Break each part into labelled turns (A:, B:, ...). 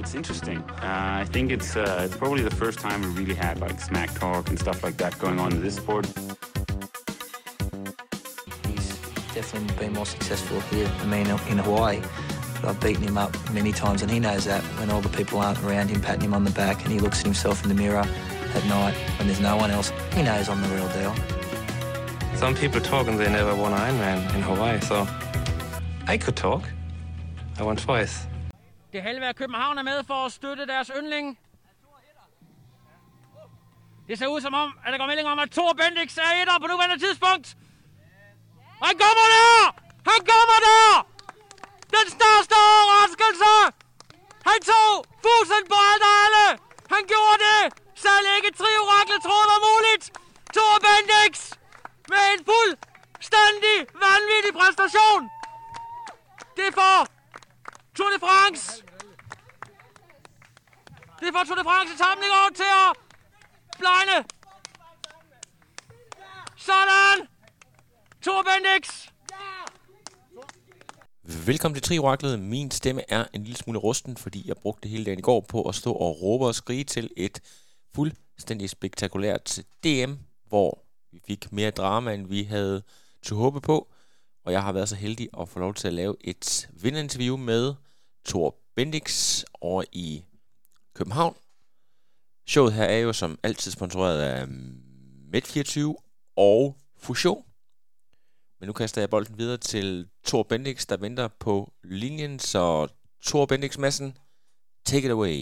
A: It's interesting. I think it's probably the first time we really had like smack talk and stuff like that going on in this sport.
B: He's definitely been more successful here than me in Hawaii. But I've beaten him up many times, and he knows that when all the people aren't around him patting him on the back and he looks at himself in the mirror at night when there's no one else, he knows I'm the real deal.
C: Some people talk and they never won Ironman in Hawaii, so I could talk. I won twice.
D: Det halve af København er med for at støtte deres yndling. Det ser ud som om, at der går melding om, at Thor Bendix er etter på nuværende tidspunkt. Han kommer der! Han kommer der! Den største overraskelse! Han tog fusen på alle! Han gjorde det! Selv ikke Tri-oraklet troede var muligt! Thor Bendix med en fuldstændig vanvittig præstation! Det får Tour de France! Det får Tour de France etappen i går til at blegne! Sådan! Thor Bendix!
E: Velkommen til Tri-oraklet. Min stemme er en lille smule rusten, fordi jeg brugte hele dagen i går på at stå og råbe og skrige til et fuldstændig spektakulært DM, hvor vi fik mere drama, end vi havde til håbe på. Og jeg har været så heldig at få lov til at lave et vinderinterview med Thor Bendix over i København. Showet her er jo som altid sponsoreret af Med24 og Fusion. Men nu kaster jeg bolden videre til Thor Bendix, der venter på linjen. Så Thor Bendix Madsen, take it away.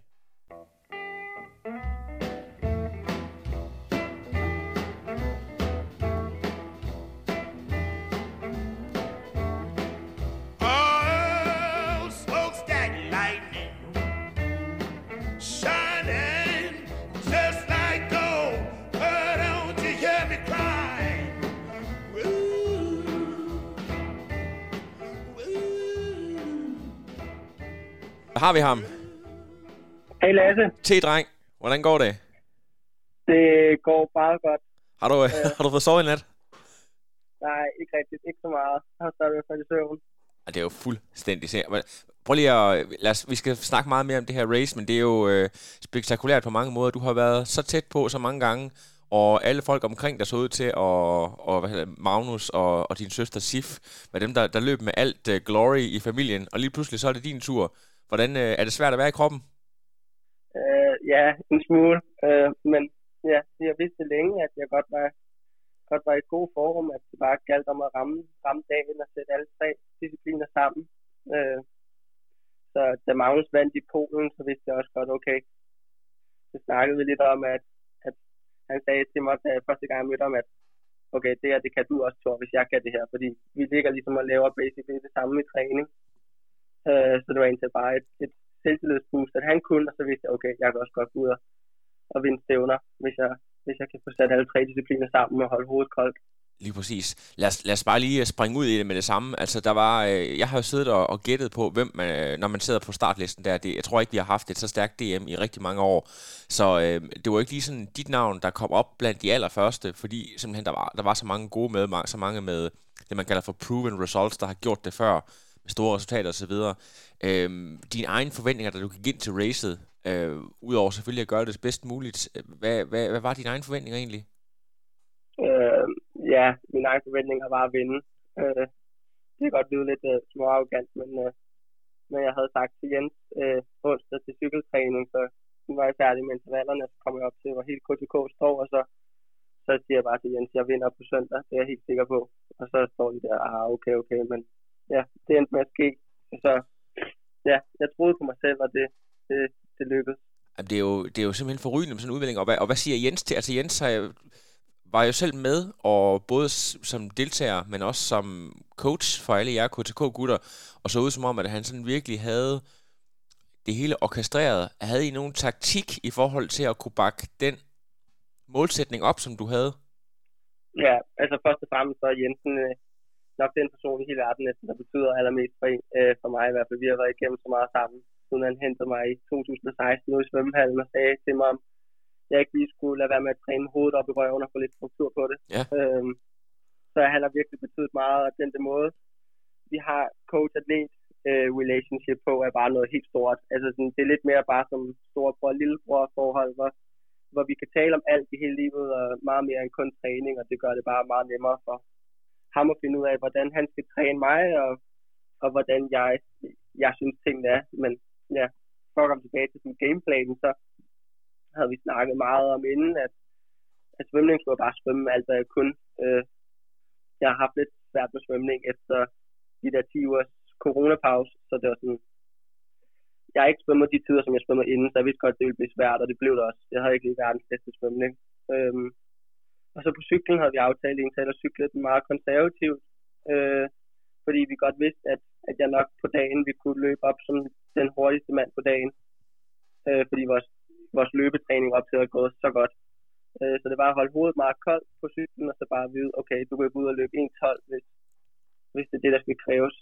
E: Har vi ham?
F: Hej Lasse.
E: T-dreng, hvordan går det?
F: Det går bare godt.
E: Har du fået sovet i nat?
F: Nej, ikke rigtigt. Ikke så meget. Jeg har stadigvæk faldet i søvn.
E: Det er jo fuldstændig sikkert. Prøv lige at... vi skal snakke meget mere om det her race, men det er jo spektakulært på mange måder. Du har været så tæt på så mange gange, og alle folk omkring der så ud til, og Magnus og din søster Sif, var dem, der løb med alt glory i familien, og lige pludselig så er det din tur. Hvordan er det svært at være i kroppen?
F: Ja, en smule. Men ja, jeg vidste længe, at jeg godt var i god form, at det bare galt om at ramme dagen og sætte alle 3 discipliner sammen. Så da Magnus vandt i Polen, så vidste jeg også godt, okay. Så snakkede vi lidt om, at han sagde til mig, da første gang jeg mødte ham, at okay, det kan du også, Thor, hvis jeg kan det her. Fordi vi ligger ligesom og laver basically det samme i træning. Så det var egentlig bare et selvtillidsboost, at han kunne, og så vidste jeg, okay, jeg kan også godt gå ud og vinde stævner, hvis jeg kan få sat alle 3 discipliner sammen og holde hovedet koldt.
E: Lige præcis. Lad os bare lige springe ud i det med det samme. Altså, der var, jeg har jo siddet og gættet på, hvem man, når man sidder på startlisten der, jeg tror ikke, vi har haft et så stærkt DM i rigtig mange år. Så det var ikke lige sådan dit navn, der kom op blandt de allerførste, fordi simpelthen der var så mange gode med, så mange med det, man kalder for proven results, der har gjort det før, med store resultater og så videre. Dine egne forventninger, da du gik ind til racet, udover selvfølgelig at gøre det bedst muligt, hvad var dine egne forventninger egentlig?
F: Ja, mine egne forventninger var at vinde. Det kan godt lyde lidt småarrogant, men jeg havde sagt til Jens onsdag til cykeltræning, så nu var jeg færdig med intervallerne, så kom jeg op til, hvor helt KTK står, og så siger jeg bare til Jens, jeg vinder på søndag, det er jeg helt sikker på. Og så står de der, okay, men ja, det endte med at ske. Så ja, jeg troede på mig selv, og det lykkedes.
E: Det er jo simpelthen forrygende med sådan en udvikling, og hvad siger Jens til? Altså Jens var jo selv med, og både som deltager, men også som coach for alle jer KTK-gutter, og så ud som om, at han sådan virkelig havde det hele orkestreret. Havde I nogen taktik i forhold til at kunne bakke den målsætning op, som du havde?
F: Ja, altså først og fremmest så er Jensen nok den person i hele verden, der betyder allermest for mig i hvert fald. Vi har været igennem så meget sammen, siden han hentede mig i 2016 ude i svømmehallen og sagde til mig, om jeg ikke lige skulle lade være med at træne hovedet op i røven og få lidt struktur på det.
E: Ja.
F: Så han har virkelig betydet meget, og den måde, vi har coach-atlet relationship på er bare noget helt stort. Altså sådan, det er lidt mere bare som storebror og lillebror forhold, hvor vi kan tale om alt i hele livet, og meget mere end kun træning, og det gør det bare meget nemmere for ham at finde ud af, hvordan han skal træne mig, og hvordan jeg synes tingene er. Men ja, for at komme tilbage til sådan gameplanen, så havde vi snakket meget om inden, at svømning skulle bare svømme alt, hvad jeg kunne. Jeg har haft lidt svært med svømning efter de der 10 ugers coronapause, så det var sådan, jeg har ikke svømmet de tider, som jeg svømmede inden, så jeg vidste godt, det ville blive svært, og det blev det også. Jeg havde ikke lige verdens bedste svømning. Og så på cyklen havde vi aftalt at cykle den meget konservativt, fordi vi godt vidste, at jeg nok på dagen vi kunne løbe op som den hurtigste mand på dagen, fordi vores løbetræning op til at gå så godt. Så det var at holde hovedet meget koldt på cyklen, og så bare vide, okay, du kan gå ud og løbe 1.12, hvis det er det, der skal kræves.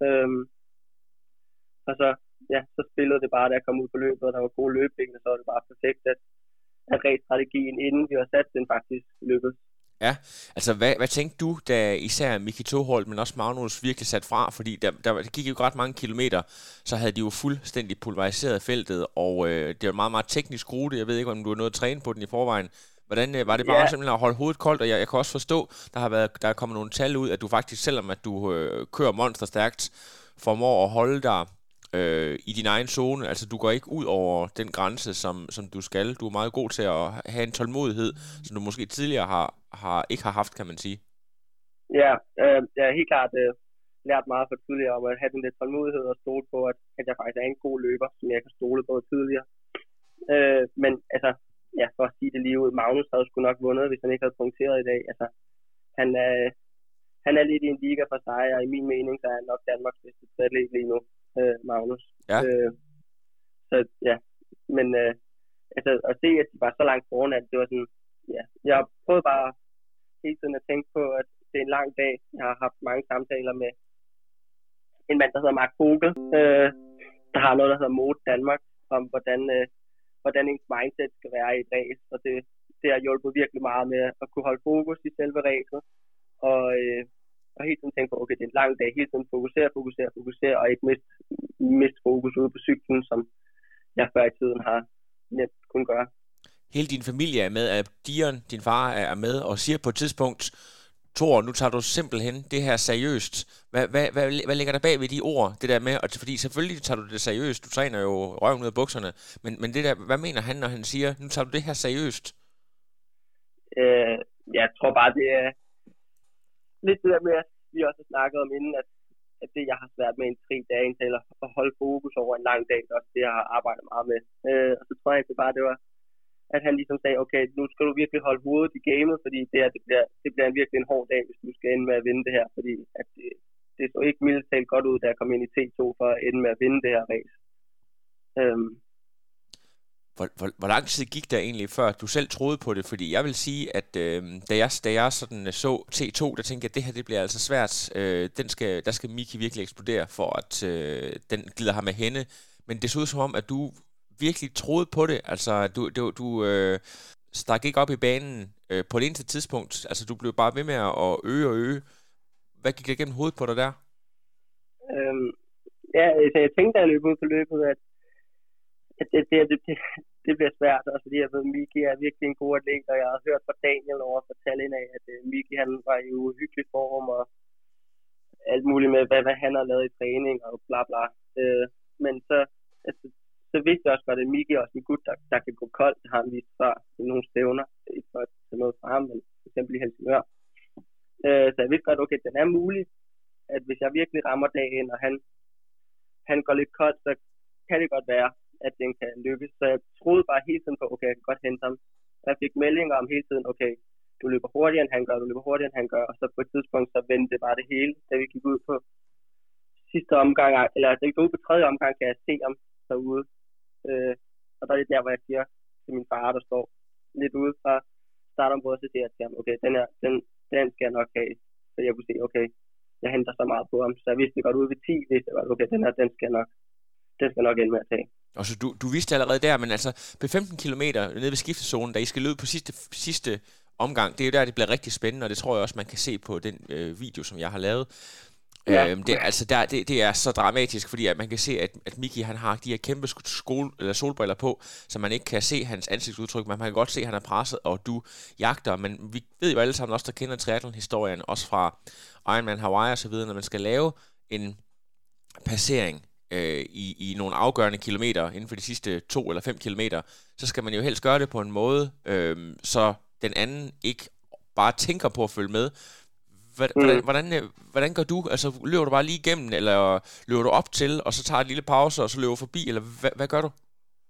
F: Og så spillede det bare, da jeg kom ud på løbet, og der var gode løbebænke, så var det bare perfekt, at strategien inden vi har sat, den faktisk lykkedes.
E: Ja, altså hvad tænkte du, da især Miki Toholt, men også Magnus virkelig sat fra, fordi der gik jo ret mange kilometer, så havde de jo fuldstændig pulveriseret feltet, og det var en meget, meget teknisk rute. Jeg ved ikke, om du har noget at træne på den i forvejen. Hvordan var det bare simpelthen at holde hovedet koldt, og jeg kan også forstå, der er kommet nogle tal ud, at du faktisk, selvom at du kører monsterstærkt, formår at holde dig i din egen zone. Altså du går ikke ud over den grænse, som du skal. Du er meget god til at have en tålmodighed, som du måske tidligere ikke har haft, kan man sige.
F: Ja, jeg har helt klart lært meget for tidligere om at have den der tålmodighed og stole på, at jeg faktisk er en god løber, som jeg kan stole på tidligere. Men altså, ja, for at sige det lige ud, Magnus havde sgu nok vundet, hvis han ikke havde punkteret i dag. Altså, han er lidt i en liga for sig, og i min mening, så er han nok Danmarks bedste atlet lige nu, Magnus.
E: Ja.
F: Så ja, men altså, at se, at de var så langt foran, at det var sådan, ja, jeg har prøvet bare hele tiden at tænke på, at det er en lang dag. Jeg har haft mange samtaler med en mand, der hedder Mark Vogel, der har noget, der hedder Mode Danmark, om hvordan ens mindset skal være i et race, og det har hjulpet virkelig meget med at kunne holde fokus i selve racet, og hele tiden tænke på, okay, det er en lang dag, hele tiden fokusere, og ikke miste fokus ude på cyklen, som jeg før i tiden har nemt kunne gøre.
E: Hele din familie er med, Dion, din far, er med, og siger på et tidspunkt, Thor, nu tager du simpelthen det her seriøst. Hvad ligger der bag ved de ord, det der med, fordi selvfølgelig tager du det seriøst, du træner jo røven ud af bukserne, men det der, hvad mener han, når han siger, nu tager du det her seriøst?
F: Jeg tror bare, det er lidt det der med, at vi også har snakket om inden, at det, jeg har svært med en 3 dage, eller at holde fokus over en lang dag, det er også det, jeg har arbejdet meget med. Og så tror jeg ikke bare, det var, at han ligesom sagde, okay, nu skal du virkelig holde hovedet i gamet, fordi det bliver virkelig en hård dag, hvis du skal ende med at vinde det her, fordi at det så ikke mildt talt godt ud, da jeg kom ind i T2 for at ende med at vinde det her race.
E: Hvor lang tid gik der egentlig, før du selv troede på det? Fordi jeg vil sige, at da jeg sådan så T2, der tænkte jeg, at det her det bliver altså svært. Der skal Miki virkelig eksplodere, for at den glider ham med hende. Men det så ud som om, at du virkelig troede på det. Altså, du stak ikke op i banen på det eneste tidspunkt. Altså, du blev bare ved med at øge. Hvad gik der gennem hovedet på dig der?
F: Jeg tænkte, da jeg løb ud på løbet, at det bliver svært, også fordi jeg ved, at Miki er virkelig en god atlet, og jeg har hørt fra Daniel over for Tallinn af, at Miki han var i uhyggelig form, og alt muligt med, hvad han har lavet i træning, og bla bla. Men så vidste jeg også godt, at Miki er også en gut, der kan gå koldt. Det har han vist før i nogle stævner, ikke for at tage noget fra ham, men for eksempel i Helsingør. Så jeg vidste godt, okay, den er mulig, at hvis jeg virkelig rammer dagen, og han går lidt koldt, så kan det godt være, at den kan lykkes. Så jeg troede bare hele tiden på, okay, jeg kan godt hente ham. Og jeg fik meldinger om hele tiden, okay, du løber hurtigere, end han gør, og så på et tidspunkt, så vendte det bare det hele, da vi gik ud på sidste omgang, eller da vi gik ud på 3. omgang, kan jeg se ham derude. Og der er det der, hvor jeg siger til min far, der står lidt ude fra startområdet, så siger jeg til ham, okay, den skal jeg nok have. Så jeg kunne se, okay, jeg henter så meget på ham. Så jeg vidste godt ude ved 10, vidste jeg godt, okay, den skal nok ende med at tage.
E: Og så du vidste allerede der, men altså på 15 km nede ved skiftezonen, da I skal løbe på sidste omgang, det er jo der, det bliver rigtig spændende, og det tror jeg også, man kan se på den video, som jeg har lavet.
F: Ja.
E: Det er så dramatisk, fordi at man kan se, at Miki han har de her kæmpe solbriller på, så man ikke kan se hans ansigtsudtryk, men man kan godt se, at han er presset, og du jagter. Men vi ved jo alle sammen også, der kender triathlon-historien, også fra Ironman Hawaii og så videre, når man skal lave en passering i nogle afgørende kilometer inden for de sidste 2 eller 5 kilometer, så skal man jo helst gøre det på en måde, så den anden ikke bare tænker på at følge med. Hvordan gør du? Altså, løber du bare lige igennem, eller løber du op til, og så tager et lille pause, og så løber forbi, eller hvad gør du?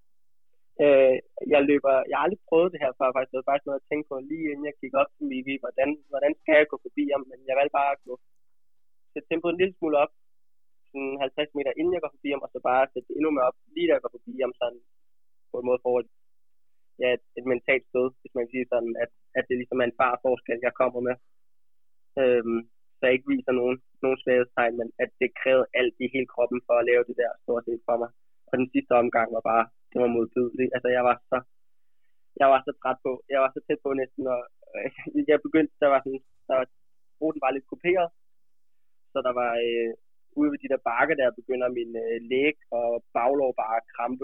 F: Jeg har aldrig prøvet det her før, faktisk. Det var faktisk noget at tænke på, lige inden jeg gik op til Miki, hvordan skal jeg gå forbi ham, men jeg valgte bare at sætte tempoet en lille smule op, sådan 50 meter inden jeg går forbi ham, og så bare sætte det endnu mere op, lige da jeg går forbi ham, sådan på en måde forhold. Ja, et mentalt stød, hvis man kan sige sådan, at det ligesom er en farforskel, jeg kommer med. Så jeg ikke viser nogen svaghedstegn, men at det krævede alt i hele kroppen for at lave det der stort set for mig. Og den sidste omgang var bare, det var modbydeligt. Altså jeg var så træt på, jeg var så tæt på næsten, og jeg begyndte, ruten var lidt kuperet, så der var ude ved de der bakker, der begynder min læg og baglov bare at krampe.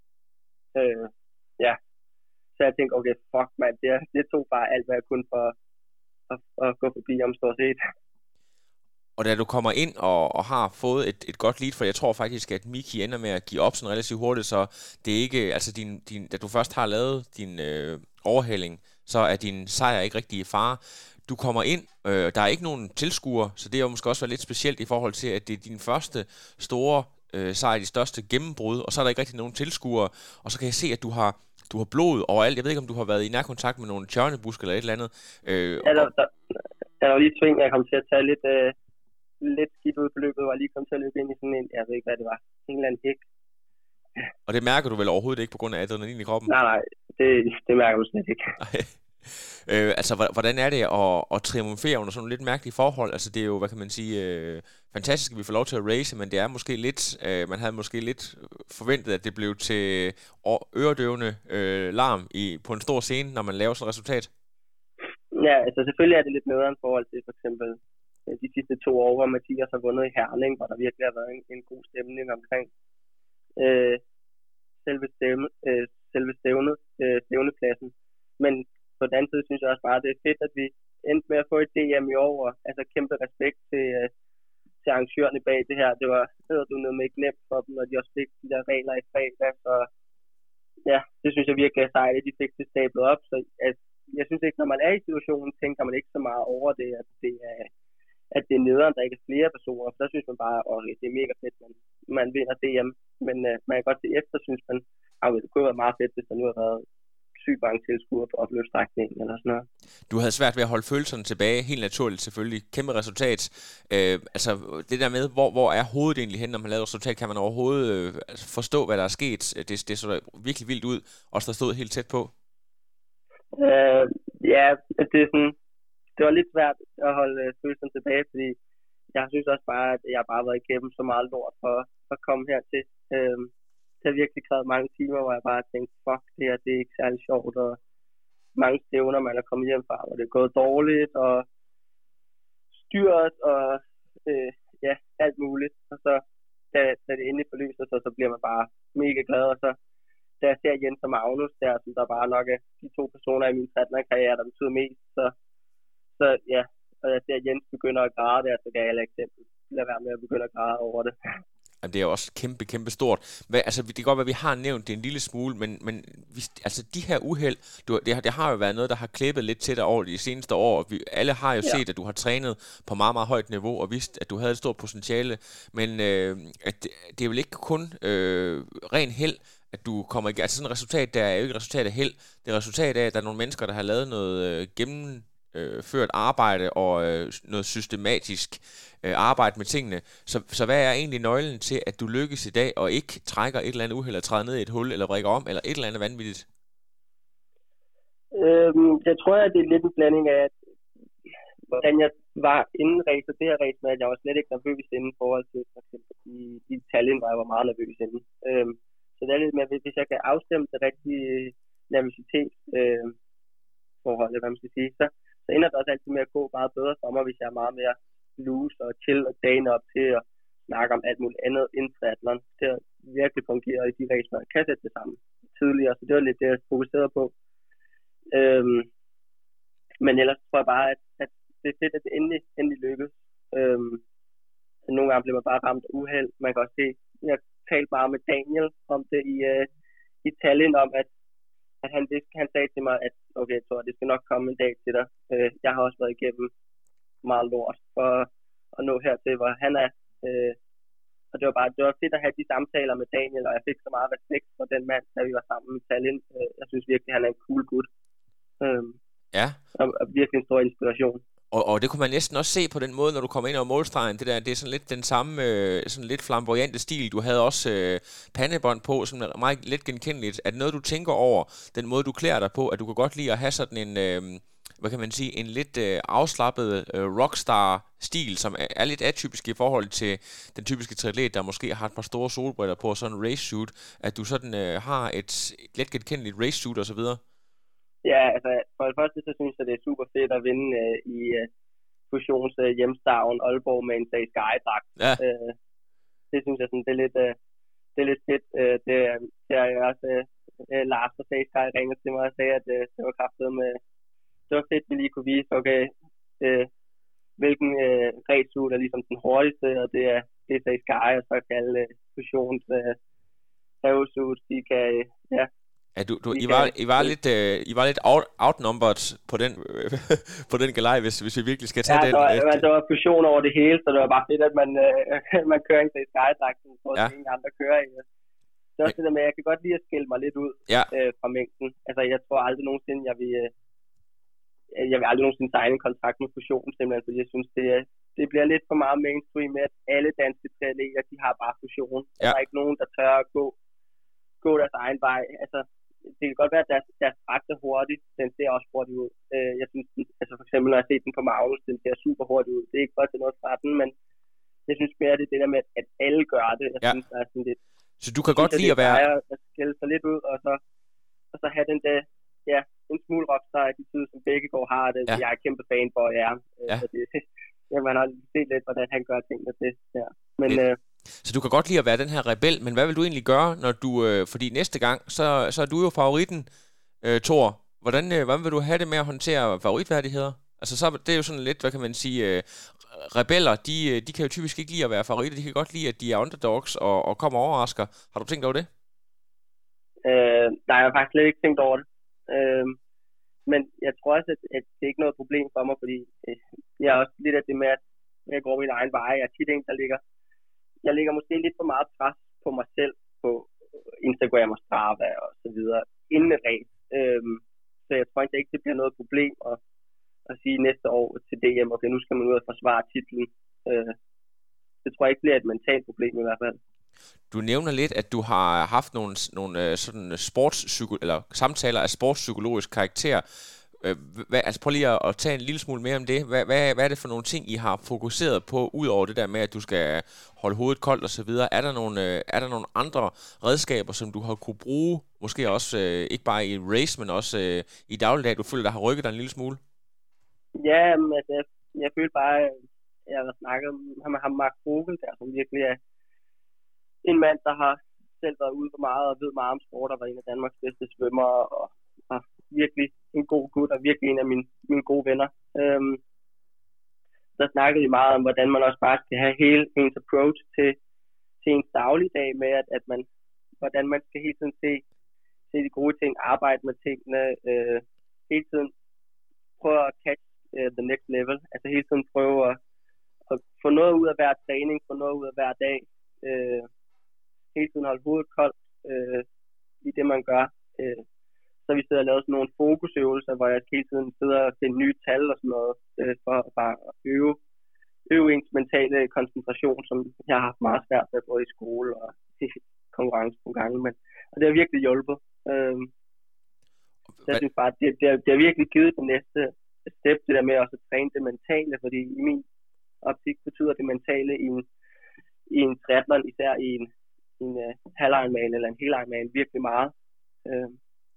F: Ja. Så jeg tænkte, okay, fuck man, det tog bare alt, hvad jeg kunne for at gå forbi om stort set.
E: Og da du kommer ind og har fået et godt lead, for jeg tror faktisk, at Miki ender med at give op sådan relativt hurtigt, så det er ikke, altså da du først har lavet din overhaling, så er din sejr ikke rigtig i fare. Du kommer ind, der er ikke nogen tilskuere, så det er jo måske også lidt specielt i forhold til, at det er din første store sejr, de største gennembrud, og så er der ikke rigtig nogen tilskuere, og så kan jeg se, at du har blod overalt. Jeg ved ikke, om du har været i nærkontakt med nogle tjørnebuske eller et eller andet.
F: Der var lige sving, jeg kom til at tage lidt skidt ud på løbet, og lige kom til at løbe ind i sådan en, jeg ved ikke, hvad det var, en eller anden hæk.
E: Og det mærker du vel overhovedet ikke på grund af adrenalin i kroppen?
F: Nej, det mærker du slet ikke.
E: Altså, hvordan er det at triumfere under sådan nogle lidt mærkelige forhold? Altså, det er jo, hvad kan man sige, fantastisk, at vi får lov til at race, men det er måske lidt, man havde måske lidt forventet, at det blev til øredøvende larm på en stor scene, når man laver sådan et resultat.
F: Ja, altså selvfølgelig er det lidt nederen i forhold til for eksempel de sidste 2 år, hvor Mathias har vundet i Herning, hvor der virkelig har været en god stemning omkring selve stævnepladsen. Men på den anden side synes jeg også bare, at det er fedt, at vi endte med at få et DM i år, og altså kæmpe respekt til arrangørerne bag det her. Det var noget med ikke nemt for dem, når de også fik de der regler i fredag, så ja, det synes jeg virkelig er sejt, at de fik det stablet op, så jeg synes ikke, når man er i situationen, tænker man ikke så meget over det, at det er nederen, der ikke er flere personer, for der synes man bare, at det er mega fedt, man vinder DM, men man kan godt se efter, synes man, at det kunne være meget fedt, hvis der nu har været sygt mange tilskuere på opløbsstrækningen eller sådan noget.
E: Du havde svært ved at holde følelserne tilbage, helt naturligt selvfølgelig. Kæmpe resultat. Altså det der med, hvor er hovedet egentlig hen, når man laver resultat? Kan man overhovedet forstå, hvad der er sket? Det så virkelig vildt ud, også der stod helt tæt på.
F: Ja, det var lidt svært at holde følelserne tilbage, fordi jeg synes også bare, at jeg bare har været igennem så meget lort for at komme hertil. Det har virkelig krævet mange timer, hvor jeg bare tænkte, fuck, det her, det er ikke særlig sjovt, og mange stævner, man er kommet hjem fra, hvor det er gået dårligt, og styret, og alt muligt. Og så, da det endelig forløser sig, så bliver man bare mega glad, og så, da jeg ser Jens og Magnus der, som der bare nok er de 2 personer i min triathlon-karriere, der betyder mest, så ja, og jeg ser Jens begynder at græde der, så kan jeg heller ikke lade være med at begynde at græde over det.
E: Jamen, det er også kæmpe stort. Altså, det kan godt være, at vi har nævnt det en lille smule, men altså, de her uheld, det har jo været noget, der har klippet lidt til dig over de seneste år. Alle har jo set, at du har trænet på meget, meget højt niveau, og vidst, at du havde et stort potentiale. Men at det er vel ikke kun ren held, at du kommer i. Altså, sådan et resultat, der er jo ikke et resultat af held. Det er et resultat af, at der er nogle mennesker, der har lavet noget gennemført arbejde og noget systematisk arbejde med tingene. Så hvad er egentlig nøglen til, at du lykkes i dag, og ikke trækker et eller andet uheld, eller træder ned i et hul, eller vrikker om, eller et eller andet vanvittigt?
F: Jeg tror, at det er lidt en blanding af, hvordan jeg var inden race, og det her race med, at jeg var slet ikke nervøs inden forhold til, for eksempel i Italien, hvor jeg var meget nervøs inden. Så det er lidt med, hvis jeg kan afstemme det rigtige nervøsitet forholdet, hvad man skal sige, så ender det også altid med at gå meget bedre for mig, hvis jeg er meget mere loose og chill og dagen op til at snakke om alt muligt andet end triathlon. Det har virkelig fungeret i de race, man kan sætte det sammen tidligere, så det var lidt det, jeg fokuserede på. Men ellers tror jeg bare, at det er fedt, at det endelig lykkes. Nogle gange bliver man bare ramt af uheld. Man kan også se, jeg talte meget med Daniel om det i Tallinn, om at han sagde til mig, at okay, jeg tror, det skal nok komme en dag til dig. Jeg har også været igennem meget lort for at nå hertil, hvor han er. Og det var fedt at have de samtaler med Daniel, og jeg fik så meget respekt for den mand, da vi var sammen i Tallinn. Jeg synes virkelig, han er en cool gut.
E: Ja.
F: Og virkelig en stor inspiration.
E: Og det kunne man næsten også se på den måde, når du kommer ind over målstregen. Det er sådan lidt den samme, sådan lidt flamboyante stil. Du havde også pandebånd på, som er meget let genkendeligt. Er det noget, du tænker over, den måde, du klæder dig på, at du kan godt lide at have sådan en, hvad kan man sige, en lidt afslappet rockstar-stil, som er lidt atypisk i forhold til den typiske triatlet, der måske har et par store solbriller på og sådan en racesuit, at du sådan har et let genkendeligt racesuit og så videre?
F: Ja, altså for det første, så synes jeg, det er super fedt at vinde i Fusions hjemstavn Aalborg med en Say Sky-dragt. Ja. Det synes jeg sådan, det er lidt fedt. Det er jeg også Lars fra Say Sky ringede til mig og sagde, at det var kraftigt med. Det var fedt, at vi lige kunne vise, okay, hvilken racesuit er ligesom den hurtigste, og det er Say Sky, og så kan alle Fusions havesuit, de kan, ja.
E: Ja, I var lidt outnumbered på den galej, hvis vi virkelig skal tage den.
F: Ja, der var fusion over det hele, så det var bare fedt, at man kører en skydragten, for at ingen andre kører i. Det er også det der med, at jeg kan godt lide at skille mig lidt ud fra mængden. Altså, jeg tror aldrig nogensinde, jeg vil aldrig nogensinde signe en kontrakt med fusion, simpelthen, fordi jeg synes, det bliver lidt for meget mainstream med, at alle danske triatleter, de har bare fusion. Ja. Der er ikke nogen, der tør at gå deres egen vej. Altså, det kan godt være, at deres ret er hurtigt. Den ser også hurtigt ud. Jeg synes, altså for eksempel, når jeg ser den på Magnus, den ser super hurtigt ud. Det er ikke bare til noget fra den, men jeg synes mere, det er det der med, at alle gør det. Jeg synes, der er sådan lidt...
E: Så du kan godt lide at være...
F: At skælde sig lidt ud, og så have den der... Ja, en smule rockstar-attitude, som Bækkegaard har det. Ja. Jeg er kæmpe fan for, ja. Man har set lidt, hvordan han gør tingene til. Ja. Men...
E: Så du kan godt lide at være den her rebel, men hvad vil du egentlig gøre, når du... fordi næste gang, så er du jo favoritten, Thor. Hvordan vil du have det med at håndtere favoritværdigheder? Altså, så det er jo sådan lidt, hvad kan man sige... rebeller, de kan jo typisk ikke lide at være favoritter. De kan godt lide, at de er underdogs og kommer og overrasker. Har du tænkt over det?
F: Nej, jeg har faktisk slet ikke tænkt over det. Men jeg tror også, at det er ikke noget problem for mig, fordi jeg er også lidt af det med, at jeg går min egen vej. Jeg er tit en, jeg lægger måske lidt for meget pres på mig selv på Instagram og Strava og så videre inden et race. Så jeg tror ikke, det bliver noget problem at sige næste år til DM, okay, nu skal man ud og forsvare titlen. Det tror jeg ikke bliver et mentalt problem i hvert fald.
E: Du nævner lidt, at du har haft nogle sådan eller samtaler af sportspsykologisk karakter. Altså prøv lige at tage en lille smule mere om det. Hvad er det for nogle ting, I har fokuseret på, udover det der med, at du skal holde hovedet koldt og så videre? Er der nogle andre redskaber, som du har kunne bruge, måske også ikke bare i race, men også i dagligdag, du føler, der har rykket dig en lille smule?
F: Ja, men jeg føler bare, jeg har snakket med ham, Mark Vogel, der som virkelig er en mand, der har selv været ude for meget og ved meget om sport, og var en af Danmarks bedste svømmere, og virkelig en god gut, og virkelig en af mine gode venner. Der snakkede vi meget om, hvordan man også bare skal have hele ens approach til ens dagligdag med, hvordan man skal hele tiden se de gode ting, arbejde med tingene, hele tiden prøve at catch the next level, altså hele tiden prøve at få noget ud af hver træning, få noget ud af hver dag, hele tiden holde hovedet koldt i det, man gør. Så vi sidder og laver sådan nogle fokusøvelser, hvor jeg hele tiden sidder og finder nye tal og sådan noget, for at bare øve ens mentale koncentration, som jeg har haft meget svært ved både i skole og i konkurrence på gange. Og det har virkelig hjulpet. Så jeg synes bare, det har virkelig givet det næste step, det der med også at træne det mentale, fordi i min optik betyder det mentale i en triathlon, især i en halv-Ironman eller en hel Ironman, virkelig meget.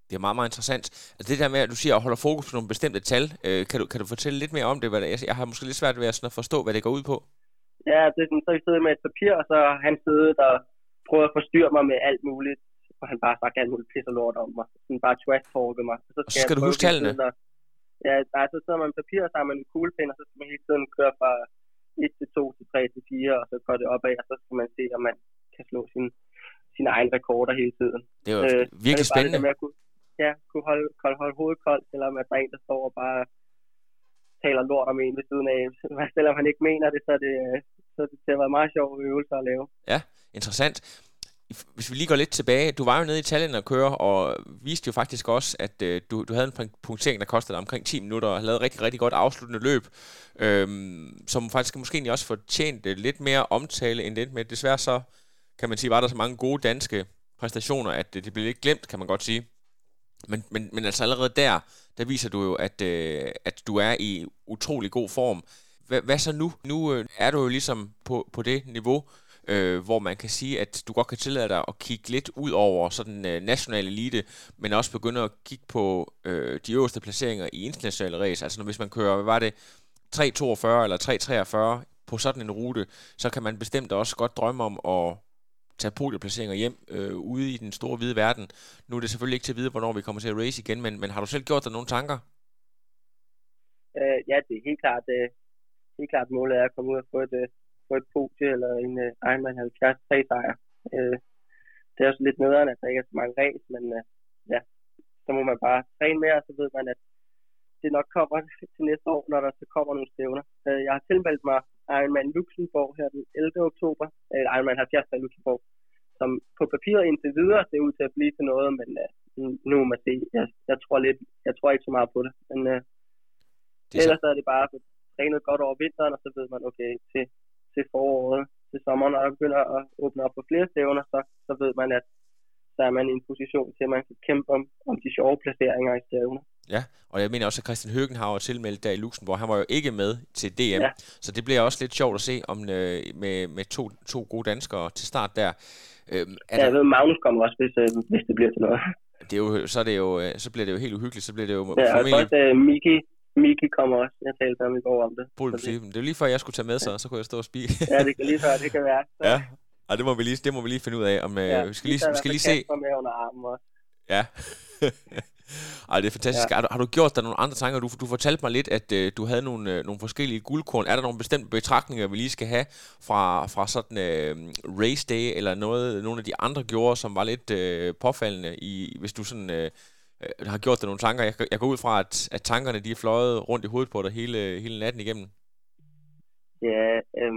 E: Det er meget, meget interessant. Altså det der med, at du siger, at holder fokus på nogle bestemte tal, kan du fortælle lidt mere om det? Jeg har måske lidt svært ved at forstå, hvad det går ud på.
F: Ja, det er sådan, så vi sidder med et papir, og så har han siddet og prøvet at forstyrre mig med alt muligt, og han bare sagt alt muligt pis og lort om mig. Sådan bare trash-talket mig.
E: Og så skal du huske tallene?
F: Ja, så sidder man med papir, og så har man en kuglepen, og så skal man hele tiden køre fra 1 til 2 til 3 til 4, og så går det opad, og så skal man se, om man kan slå sine egne rekorder hele tiden.
E: Det er jo virkelig spændende.
F: Kunne holde hovedet koldt, selvom at der er en, der står og bare taler lort om en ved siden af. Selvom han ikke mener det, så det har været meget sjovt øvelser at lave.
E: Ja, interessant. Hvis vi lige går lidt tilbage, du var jo nede i Italien og køre, og viste jo faktisk også, at du havde en punktering, der kostede dig omkring 10 minutter, og lavede rigtig, rigtig godt afsluttende løb, som faktisk måske egentlig også fortjente lidt mere omtale end det med. Desværre så, kan man sige, var der så mange gode danske præstationer, at det blev lidt glemt, kan man godt sige. Men altså allerede der viser du jo, at du er i utrolig god form. Hvad så nu? Nu er du jo ligesom på det niveau, hvor man kan sige, at du godt kan tillade dig at kigge lidt ud over sådan national elite, men også begynde at kigge på de øverste placeringer i internationale race. Altså hvis man kører, hvad var det, 3.42 eller 3.43 på sådan en rute, så kan man bestemt også godt drømme om at tage podieplaceringer hjem ude i den store hvide verden. Nu er det selvfølgelig ikke til at vide, hvornår vi kommer til at race igen, men har du selv gjort dig nogle tanker?
F: Ja, det er helt klart målet er at komme ud og få et podie eller en Ironman 70 3-sejr. Det er også lidt nederen, at der ikke er så mange race, men ja, så må man bare træne mere, og så ved man, at det nok kommer til næste år, når der så kommer nogle stævner. Jeg har tilmeldt mig Ironman Luxembourg her den 11. oktober, Ironman 70 i Luxembourg, som på papiret indtil videre ser ud til at blive til noget, men nu må man se. Jeg tror ikke så meget på det, men ellers er det bare trænet godt over vinteren, og så ved man, okay, til foråret, til sommeren, når der begynder at åbne op for flere stævner, så ved man, at så er man i en position til, at man kan kæmpe om de sjove placeringer i stævner.
E: Ja, og jeg mener også, at Christian Høgenhauer tilmeldt der i Luxembourg, han var jo ikke med til DM, ja. Så det bliver også lidt sjovt at se om med to gode danskere til start der.
F: Jeg ved, Magnus kommer også, hvis det bliver til noget.
E: Det er jo, så bliver det jo helt uhyggeligt, så bliver det jo...
F: Ja, og også Miki kommer også. Jeg talte om i går om det.
E: Det er jo lige før, jeg skulle tage med, så kunne jeg stå og spise.
F: Ja, det kan lige før, det kan være. Så.
E: Ja, og det må vi lige finde ud af. Om, vi skal lige se...
F: med under armen også.
E: Ja. Ej, det er fantastisk. Ja. Har du gjort dig nogle andre tanker? Du fortalte mig lidt, at du havde nogle forskellige guldkorn. Er der nogle bestemte betragtninger, vi lige skal have fra sådan race day, eller nogle af de andre gjorde, som var lidt påfaldende, hvis du sådan... har gjort dig nogle tanker. Jeg går ud fra, at tankerne de er fløjet rundt i hovedet på dig hele natten igennem.
F: Ja,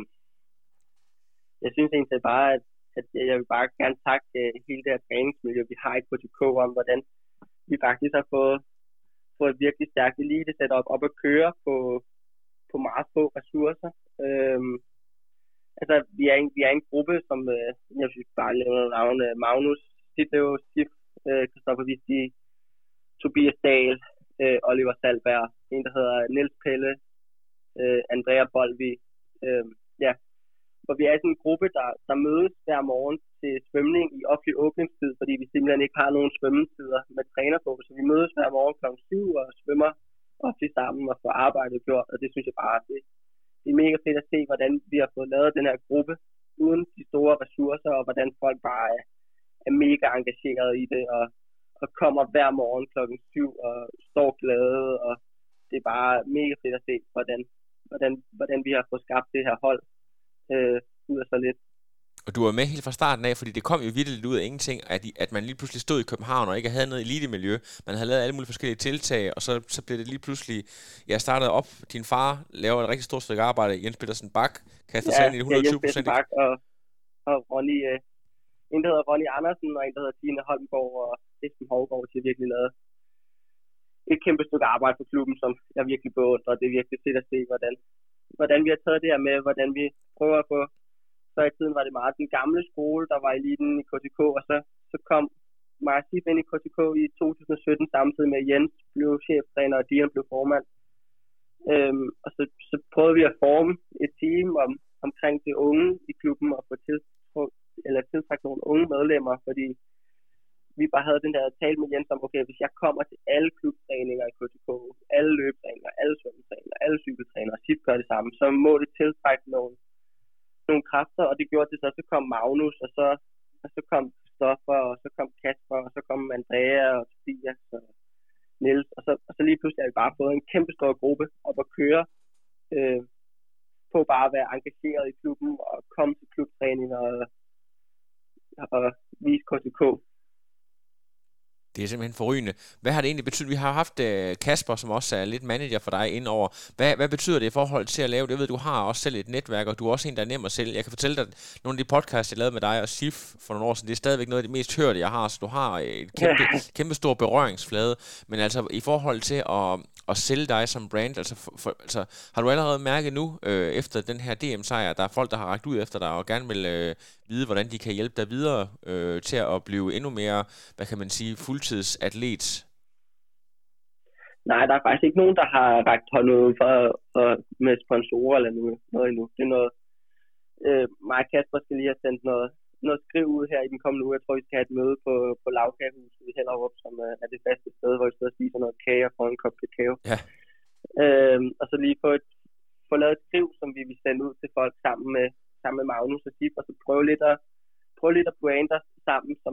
F: jeg synes egentlig bare, at jeg vil bare gerne takke hele det her træningsmiljø, vi har i KTK, om hvordan vi faktisk har fået et virkelig stærkt elite setup op at køre på meget få ressourcer. Altså, vi er en gruppe, som jeg synes bare laver navn Magnus, Ditlev, Sif, Christoffer Visti, Tobias Dahl, Oliver Salberg, en der hedder Niels Pelle, Andrea Bolvi, hvor vi er sådan en gruppe, der mødes hver morgen til svømning i offentlig åbningstid, fordi vi simpelthen ikke har nogen svømmetider med træner på, så vi mødes hver morgen kl. 7 og svømmer offentligt sammen og får arbejdet gjort, og det synes jeg bare, det er mega fedt at se, hvordan vi har fået lavet den her gruppe uden de store ressourcer, og hvordan folk bare er mega engageret i det, og kommer hver morgen kl. 7 og står glade, og det er bare mega fedt at se, hvordan vi har fået skabt det her hold ud af så lidt.
E: Og du var med helt fra starten af, fordi det kom jo virkelig ud af ingenting, at man lige pludselig stod i København og ikke havde noget elitemiljø. Man havde lavet alle mulige forskellige tiltag, og så blev det lige pludselig... Jeg startede op, din far laver et rigtig stort stykke arbejde, Jens Petersen Bak, kaster sig ind i 120%.
F: Ja, Jens Petersen Bak og Ronny, en der hedder Ronny Andersen, og en der hedder Tine Holmgaard og Esben Hovgaard, til virkelig lavet et kæmpe stykke arbejde for klubben, som jeg virkelig beundrer, og det er virkelig fedt at se, hvordan vi har taget det her med, hvordan vi prøver at få. Så i tiden var det meget den gamle skole, der var eliten i KTK, og så kom Marcif ind i KTK i 2017, samtidig med Jens blev cheftræner, og Dion blev formand. Og så prøvede vi at forme et team omkring de unge i klubben, og få tiltrække nogle unge medlemmer, fordi vi bare havde den der tale med Jens om, okay, hvis jeg kommer til alle klubtræninger i KTK, alle løbetræninger, alle svømmetræninger, alle cykeltræninger, og SIF gør det samme, så må det tiltrække nogle kræfter, og det gjorde det så kom Magnus, og så kom Stoffer, og så kom Kasper, og så kom Andrea og Tobias og Niels, og så lige pludselig har vi bare fået en kæmpe stor gruppe op at køre, på bare at være engageret i klubben, og komme til klubtræninger, og vise KTK.
E: Det er simpelthen forrygende. Hvad har det egentlig betydet? Vi har haft Kasper, som også er lidt manager for dig indover. Hvad betyder det i forhold til at lave det? Jeg ved, du har også selv et netværk, og du er også en, der er nem at sælge. Jeg kan fortælle dig, at nogle af de podcasts, jeg lavede med dig og SIF for nogle år siden, det er stadigvæk noget af det mest hørte, jeg har. Så du har et kæmpe stor berøringsflade. Men altså i forhold til at sælge dig som brand, altså har du allerede mærket nu, efter den her DM-sejr, der er folk, der har rakt ud efter dig og gerne vil vide, hvordan de kan hjælpe dig videre til at blive endnu mere, hvad kan man sige, fuldtidsatlet?
F: Nej, der er faktisk ikke nogen, der har rakt hånden ud med sponsorer eller noget endnu. Det er noget, mig og Kasper skal lige have sendt noget skriv ud her i den kommende uge. Jeg tror, vi skal have et møde på Lavkagehuset i Hellerup, som er det faste sted, hvor vi sidder og spiser noget kage og får en kop kakao.
E: Ja.
F: Og så lige få lavet et skriv, som vi vil sende ud til folk sammen med Magnus og SIF, og så prøve lidt at brande os sammen som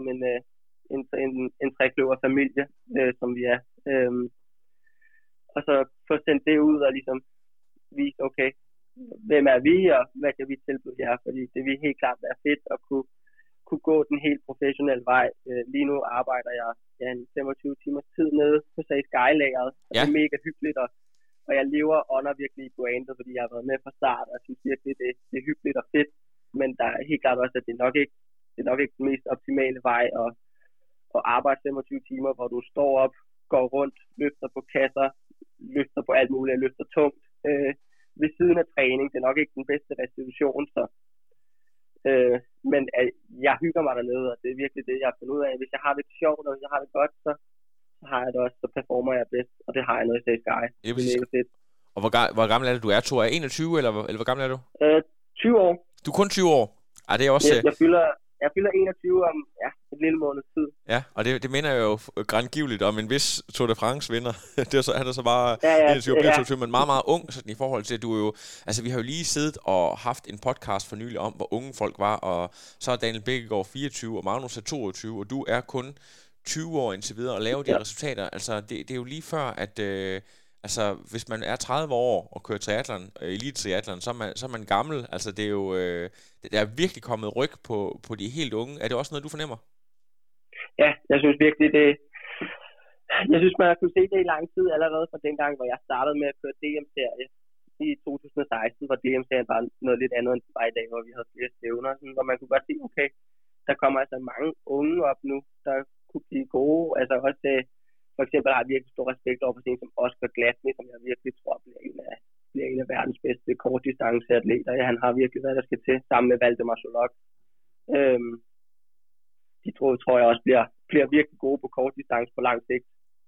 F: en trekløver familie, som vi er. Og så få sendt det ud og ligesom vise, okay, hvem er vi, og hvad kan vi tilbyde jer, fordi det vil helt klart være fedt at kunne gå den helt professionelle vej. Lige nu arbejder jeg en 25 timers tid nede på Sky-lageret, og det er mega hyggeligt, og jeg lever under virkelig i brandet, fordi jeg har været med fra start, og jeg synes virkelig, det er hyggeligt og fedt, men der er helt klart også, at det er nok ikke den mest optimale vej at arbejde 25 timer, hvor du står op, går rundt, løfter på kasser, løfter på alt muligt, løfter tungt ved siden af træning. Det er nok ikke den bedste restitution, så men jeg hygger mig dernede, og det er virkelig det, jeg har fundet ud af. Hvis jeg har det sjovt, og hvis jeg har det godt, så har jeg det også, så performer jeg bedst, og det har jeg noget i Sky. Det er mega fedt.
E: Og hvor gammel er det, du er? Thor, er 21, eller hvor gammel er du?
F: 20 år.
E: Du er kun 20 år? Ej, det er også...
F: Jeg fylder 21 om et lille måneds tid.
E: Ja, og det minder jo grandgiveligt om en vis Tour de France-vinder. Han er så bare 21, men meget, meget ung sådan i forhold til, at du jo... Altså, vi har jo lige siddet og haft en podcast for nylig om, hvor unge folk var, og så er Daniel Bækkegaard 24, og Magnus er 22, og du er kun 20 år indtil videre og laver de resultater. Altså, det er jo lige før, at... Altså, hvis man er 30 år og kører triathlon, elite-triathlon, så er man gammel. Altså, det er jo... der er virkelig kommet ryg på de helt unge. Er det også noget, du fornemmer?
F: Ja, jeg synes virkelig, jeg synes, man har kunnet se det i lang tid allerede fra dengang, hvor jeg startede med at køre DM-serie i 2016, hvor DM-serien var noget lidt andet end det var i dag, hvor vi havde flere stævner, sådan, hvor man kunne godt se, okay, der kommer altså mange unge op nu, der kunne blive gode. Altså også for eksempel har jeg virkelig stor respekt over for sådan en som Oscar Glasny, som jeg virkelig tror bliver en af verdens bedste kortdistanceatleter. Ja, han har virkelig hvad der skal til, sammen med Valdemar Solok. De tror jeg også bliver virkelig gode på kortdistance på lang sigt.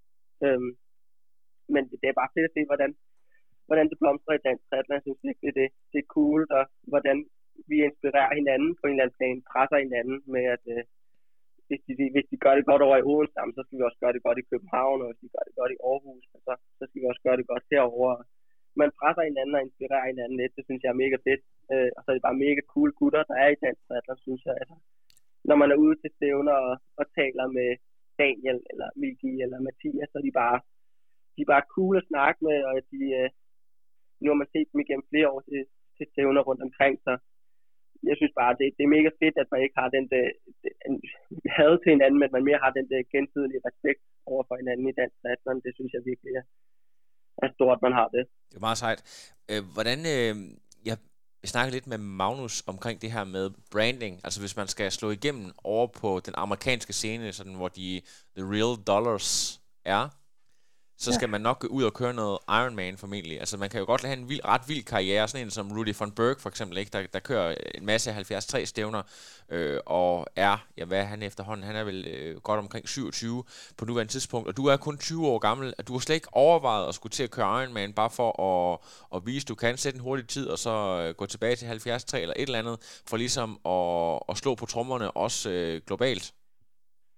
F: Men det er bare fedt at se, hvordan det blomstrer i dansk triathlon. Jeg synes virkelig, det er cool, og hvordan vi inspirerer hinanden på en eller anden plan, presser hinanden med, at hvis de gør det godt over i Odense, så skal vi også gøre det godt i København, og hvis de gør det godt i Aarhus, så skal vi også gøre det godt herovre. Man presser hinanden og inspirerer hinanden lidt, det synes jeg er mega fedt. Og så er det bare mega cool gutter, der er i dansk triathlon, synes jeg. Altså, når man er ude til stævner og taler med Daniel, eller Miki, eller Mathias, så er de er bare cool at snakke med, og nu har man set dem igennem flere år til stævner rundt omkring, så jeg synes bare, det er mega fedt, at man ikke har den had til hinanden, men man mere har den gensidige respekt over for hinanden i dansk triathlon. Det synes jeg virkelig er stort, man har det.
E: Det er meget sejt. Hvordan... Jeg snakker lidt med Magnus omkring det her med branding. Altså hvis man skal slå igennem over på den amerikanske scene, sådan hvor the real dollars er, så skal man nok gå ud og køre noget Ironman formentlig. Altså man kan jo godt have en ret vild karriere, sådan en som Rudy von Berg for eksempel, ikke? Der kører en masse 73 stævner, og hvad er han efterhånden? Han er vel godt omkring 27 på nuværende tidspunkt, og du er kun 20 år gammel. Du har slet ikke overvejet at skulle til at køre Ironman, bare for at vise, at du kan sætte en hurtig tid, og så gå tilbage til 73 eller et eller andet, for ligesom at slå på trommerne også globalt?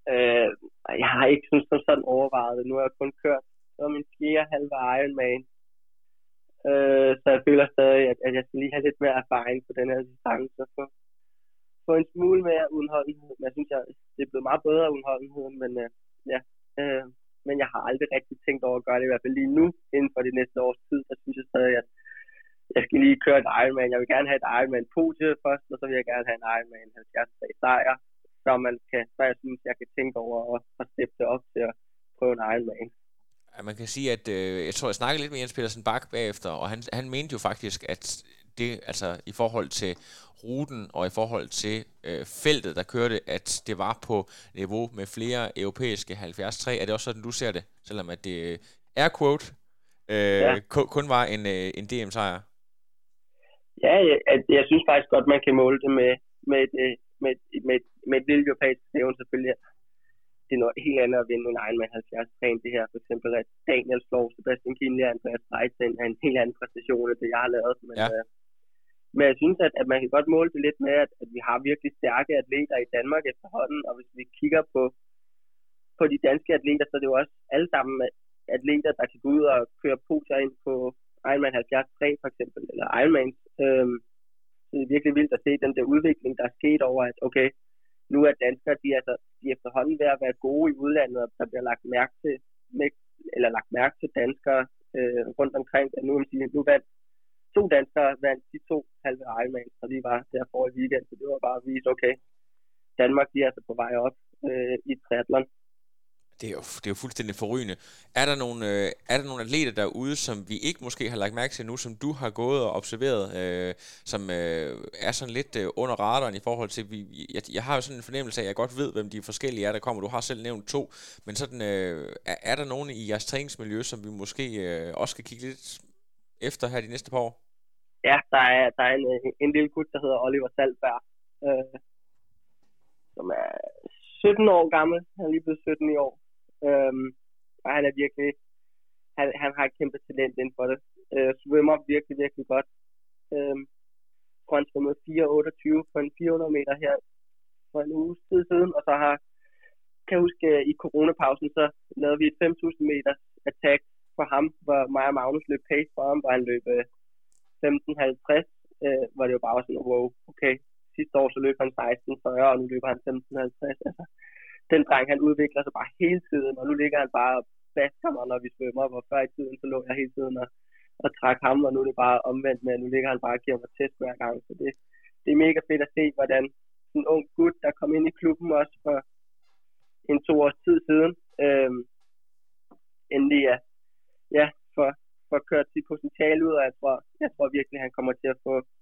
F: Jeg har ikke sådan overvejet det. Nu har jeg kun kørt. Det var min 4. halve Ironman. Så jeg føler stadig, at jeg skal lige have lidt mere erfaring på den her distance. Få en smule mere udholdenhed. Men jeg synes, det er blevet meget bedre udholdenhed. Men jeg har aldrig rigtig tænkt over at gøre det, i hvert fald lige nu, inden for det næste års tid. Så synes jeg stadig, at jeg skal lige køre et Ironman. Jeg vil gerne have et Ironman-podie først, og så vil jeg gerne have en Ironman 70 sejr. Så jeg synes, jeg kan tænke over at steppe det op til at prøve en Ironman.
E: Ja, man kan sige, at jeg tror, jeg snakkede lidt med Jens Petersen Bach bagefter, og han mente jo faktisk, at det, altså i forhold til ruten og i forhold til feltet, der kørte, at det var på niveau med flere europæiske 73. Er det også sådan, du ser det? Selvom at det er quote, kun var en DM-sejr?
F: Ja, jeg synes faktisk godt, man kan måle det med et lille europæisk stævn selvfølgelig. Det er noget helt andet at vinde en Ironman 70 det her. For eksempel, at Daniel slår Sebastian Kienle og Andreas Breitsen er en helt anden præstation, end det jeg har lavet. Men jeg synes, at man kan godt måle det lidt med, at vi har virkelig stærke atleter i Danmark efterhånden. Og hvis vi kigger på de danske atleter, så er det jo også alle sammen atleter, der kan gå ud og køre podier ind på Ironman 73 for eksempel, eller Ironman. Så det er virkelig vildt at se den der udvikling, der er sket over, at okay, nu er danskere, de er efterhånden ved at være gode i udlandet, og der bliver lagt mærke til danskere rundt omkring. Nu vandt 2 danskere de 2 halve Ironman, og de var der for i weekend, så det var bare at vise, okay, Danmark, de er altså på vej op i triathlon.
E: Det er jo fuldstændig forrygende. Er der nogle atleter derude, som vi ikke måske har lagt mærke til nu, som du har gået og observeret, som er sådan lidt under radaren i forhold til, jeg har jo sådan en fornemmelse af, at jeg godt ved, hvem de forskellige er, der kommer. Du har selv nævnt 2, men sådan, er der nogen i jeres træningsmiljø, som vi måske også skal kigge lidt efter her de næste par år?
F: Ja, der er en lille gut, der hedder Oliver Salberg, som er 17 år gammel. Han er lige blevet 17 i år. Og han er virkelig, han har et kæmpe talent inden for det. Svømmer virkelig, virkelig godt. For han svømmede 4.28 på en 400 meter her for en uges tid siden. Og så kan jeg huske, i coronapausen, så lavede vi et 5.000 meters attack for ham, hvor mig og Magnus løb pace for ham, hvor han løb 15.50, hvor det jo bare var sådan, wow, okay. Sidste år så løb han 16.40, og nu løber han 15.50. Altså, den dreng, han udvikler sig bare hele tiden, og nu ligger han bare og basker mig, når vi svømmer, hvor før i tiden, så lå jeg hele tiden og trak ham, og nu er det bare omvendt med, nu ligger han bare og giver mig test hver gang. Så det er mega fedt at se, hvordan en ung gut, der kom ind i klubben også for en 2 års tid siden, endelig for kørt sit potentiale ud, og jeg tror virkelig, han kommer til at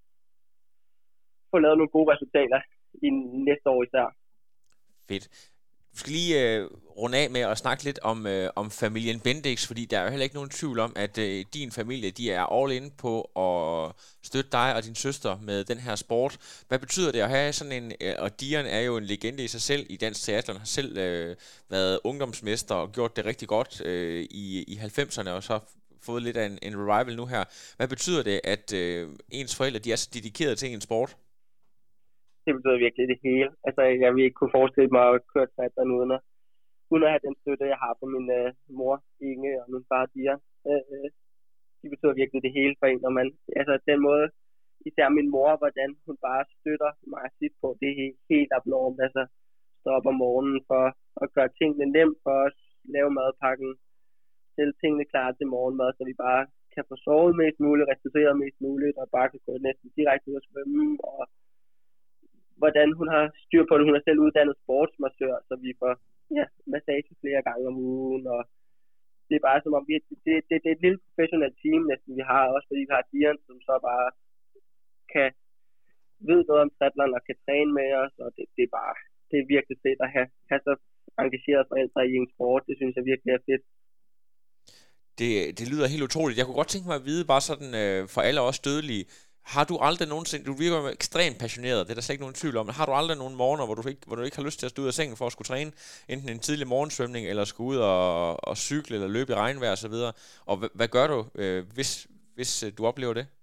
F: få lavet nogle gode resultater i næste år især.
E: Fedt. Du skal lige runde af med at snakke lidt om familien Bendix, fordi der er jo heller ikke nogen tvivl om, at din familie, de er all in på at støtte dig og din søster med den her sport. Hvad betyder det at have sådan en, og Dian er jo en legende i sig selv i dansk triathlon, har selv været ungdomsmester og gjort det rigtig godt i 90'erne, og så fået lidt af en revival nu her. Hvad betyder det, at ens forældre, de er så dedikeret til en sport?
F: Det betyder virkelig det hele. Altså, jeg vil ikke kunne forestille mig at køre triathlon uden at have den støtte, jeg har fra min mor, Inge, og min far, Dian. Det betyder virkelig det hele for en, og altså den måde, især min mor, hvordan hun bare støtter mig sit på, det er helt abnormt. Altså, stå op om morgenen for at gøre tingene nemt for os, lave madpakken, stille tingene klar til morgenmad, så vi bare kan få sovet mest muligt, restitueret mest muligt, og bare kan gå næsten direkte ud og svømme, og hvordan hun har styr på det. Hun er selv uddannet sportsmassør, så vi får massage flere gange om ugen, og det er bare som om, det er et lille professionelt team næsten, vi har, også fordi vi har Dian, som så bare ved noget om triathlon og kan træne med os, og det er virkelig fedt at have så engagerede forældre i en sport. Det synes jeg virkelig er fedt.
E: Det lyder helt utroligt. Jeg kunne godt tænke mig at vide, bare sådan for alle os dødelige, har du aldrig nogensinde, du virker ekstremt passioneret, det er der slet ikke nogen tvivl om, men har du aldrig nogen morgener, hvor du ikke har lyst til at stå ud af sengen for at skulle træne, enten en tidlig morgensvømning, eller skulle ud og cykle, eller løbe i regnvejr og så videre, og hvad gør du, hvis du oplever det?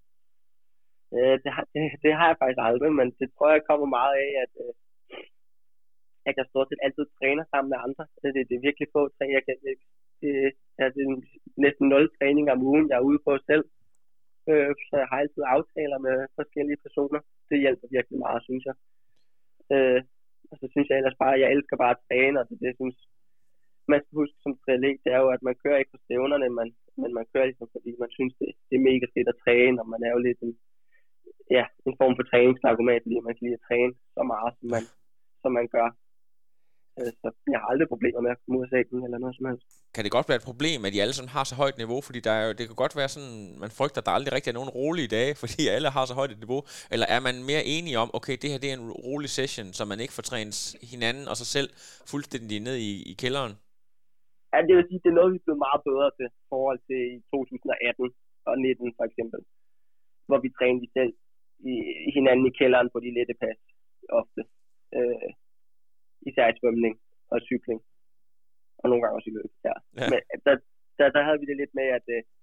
F: Det har jeg faktisk aldrig, men det tror jeg kommer meget af, at jeg stort set altid træner sammen med andre. Det er virkelig få træning. Det er næsten 0 træninger om ugen, jeg er ude på selv. Så jeg har altid aftaler med forskellige personer. Det hjælper virkelig meget, synes jeg. Og så synes jeg ellers bare, at jeg elsker bare at træne, og det synes man skal huske som triatlet, det er jo, at man kører ikke på stævnerne, men man kører ligesom, fordi man synes, det er mega fedt at træne, og man er jo lidt en form for træningsargument, fordi man kan lide at træne så meget, som man gør. Så jeg har aldrig problemer med at komme ud af sengen eller noget som helst.
E: Kan det godt være et problem, at de alle sammen har så højt niveau? Fordi det kan godt være sådan, man frygter, at der aldrig rigtig er nogen rolige dage, fordi alle har så højt et niveau. Eller er man mere enige om, okay, det her det er en rolig session, så man ikke får trænet hinanden og sig selv fuldstændig ned i kælderen?
F: Ja, det vil sige, det er noget, vi er blevet meget bedre til i forhold til i 2018 og 19 for eksempel. Hvor vi trænede selv i hinanden i kælderen på de lette pas ofte. Især i svømning og cykling. Og nogle gange også i løb. Ja. Men der havde vi det lidt med, at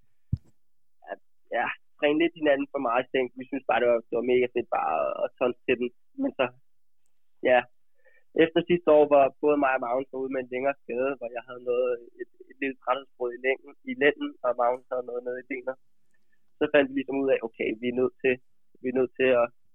F: træne lidt hinanden for meget stængt. Vi synes bare, det var mega fedt bare at tonse til den. Men så, ja. Efter sidste år var både mig og Magnus ude med en længere skade, hvor jeg havde et lille træthedsbrud i lænden, og Magnus havde noget nede i benet. Så fandt vi ligesom ud af, okay, vi er nødt til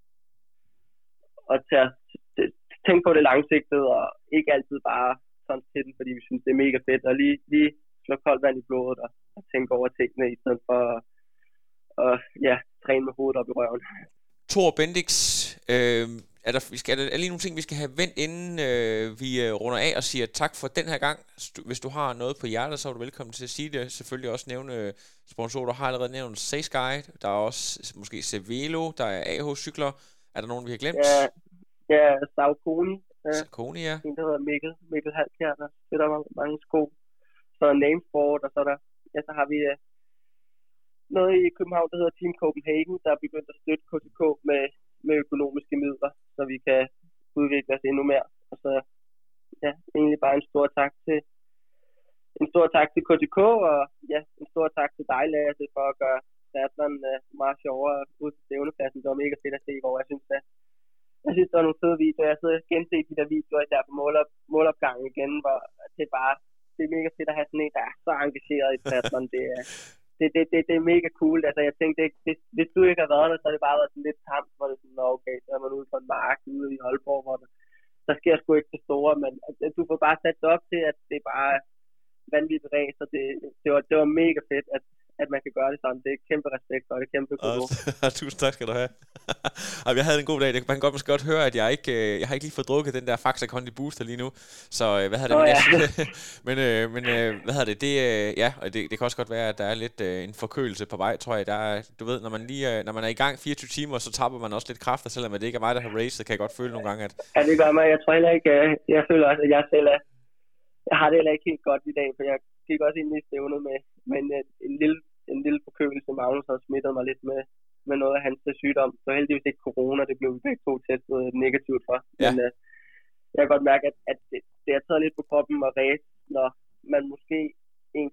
F: at tænke på det langsigtede, og ikke altid bare sådan til den, fordi vi synes, det er mega fedt, og lige slå koldt vand i blodet, og tænke over tingene, i stedet for at træne med hovedet op i røven.
E: Thor Bendix, er der lige nogle ting, vi skal have vendt, inden vi runder af og siger tak for den her gang. Hvis du har noget på hjertet, så er du velkommen til at sige det. Selvfølgelig også nævne sponsorer. Du har allerede nævnt Sace Guide. Der er også måske Cervelo. Der er AH-cykler. Er der nogen, vi har glemt?
F: Ja, Saucony.
E: Saucony, ja.
F: En, der hedder Mikkel Halkjær, der sætter mange sko. Så Namesport, og så har vi noget i København, der hedder Team Copenhagen, der er begyndt at støtte KTK med økonomiske midler, så vi kan udvikle os endnu mere. Og så egentlig bare en stor tak til KTK, og en stor tak til dig, Lasse, for at gøre triathlon meget sjovere ud til stævnepladsen. Det var mega fedt at se, hvor jeg synes, der var nogle fede videoer. Jeg sidder og genset de der videoer der på målopgangen igen, hvor det er mega fedt at have sådan en, der er så engageret i triathlon. Det er mega cool. Altså, jeg tænkte, hvis du ikke har været der, så har det bare været sådan lidt tamt, hvor det er sådan, okay, så er man ude på en mark ude i Aalborg, hvor der sker sgu ikke det store, men du får bare sat det op til, at det er bare vanvittigt ræs, så det var mega fedt, at man kan gøre det sådan. Det er kæmpe respekt for det, kæmpe god.
E: Tusind tak skal du have. Jeg havde en god dag. Man kan måske godt høre, at jeg har ikke lige fået drukket den der Faxe Kondi Booster lige nu. Så hvad hedder det? Men hvad hedder det? Det kan også godt være, at der er lidt en forkølelse på vej, tror jeg. Du ved, når man er i gang 24 timer, så tapper man også lidt kræfter, selvom det ikke er mig, der har racet, kan jeg godt føle nogle gange, at...
F: Ja, det gør mig. Jeg tror heller ikke... Jeg føler også, at jeg selv jeg har det heller ikke helt godt i dag, for jeg gik også ind i stævnet med en lille forkølelse. Magnus har smittet mig lidt med noget af hans sygdom. Så heldigvis ikke corona, det blev vi begge to testet negativt for. Ja. Men jeg kan godt mærke, at det har taget lidt på kroppen at ræse, når man måske ens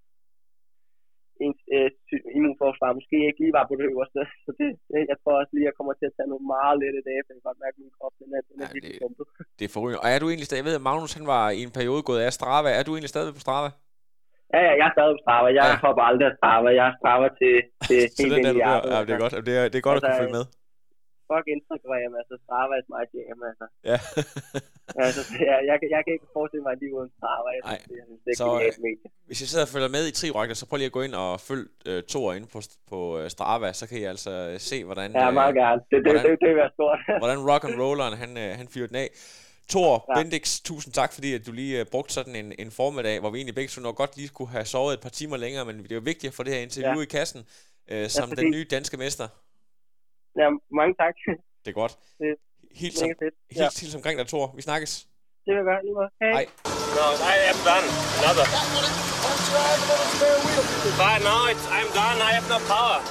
F: immunforsvar måske ikke lige var på det øverste. Så jeg tror også lige, at jeg kommer til at tage nogle meget lette dage, for jeg kan godt mærke, at min krop den er virkelig pumpet.
E: Det er forrygende. Og er du egentlig stadig, jeg ved, at Magnus han var i en periode gået af Strava. Er du egentlig stadig på Strava?
F: Ja, jeg er stadig på Strava. Jeg hopper aldrig af Strava. Jeg er Strava til helt ind i hjertet.
E: Ja, det er godt. Det er godt at kunne følge med.
F: Fuck Instagram, altså Strava er meget jam, altså.
E: Ja.
F: Altså, jeg kan ikke forestille mig lige uden Strava. Jeg synes, det er genialt medie.
E: Hvis jeg sidder og følger med i Triorakter, så prøv lige at gå ind og følg Thor inde på Strava, så kan I altså se, hvordan...
F: Ja, meget gerne. Det vil være stort.
E: Hvordan rock and rolleren, han fyrer den af. Thor Bendix, tusind tak, fordi at du lige brugte sådan en formiddag, hvor vi egentlig begge nok godt lige kunne have sovet et par timer længere, men det er jo vigtigt at få det her interview i kassen, som den nye danske mester.
F: Ja, mange tak.
E: Det er godt. Hils omkring dig, Thor. Vi snakkes.
F: Det vil jeg gøre lige meget. Hej.
G: No, I am done. Another. But no, I'm done. I have no power.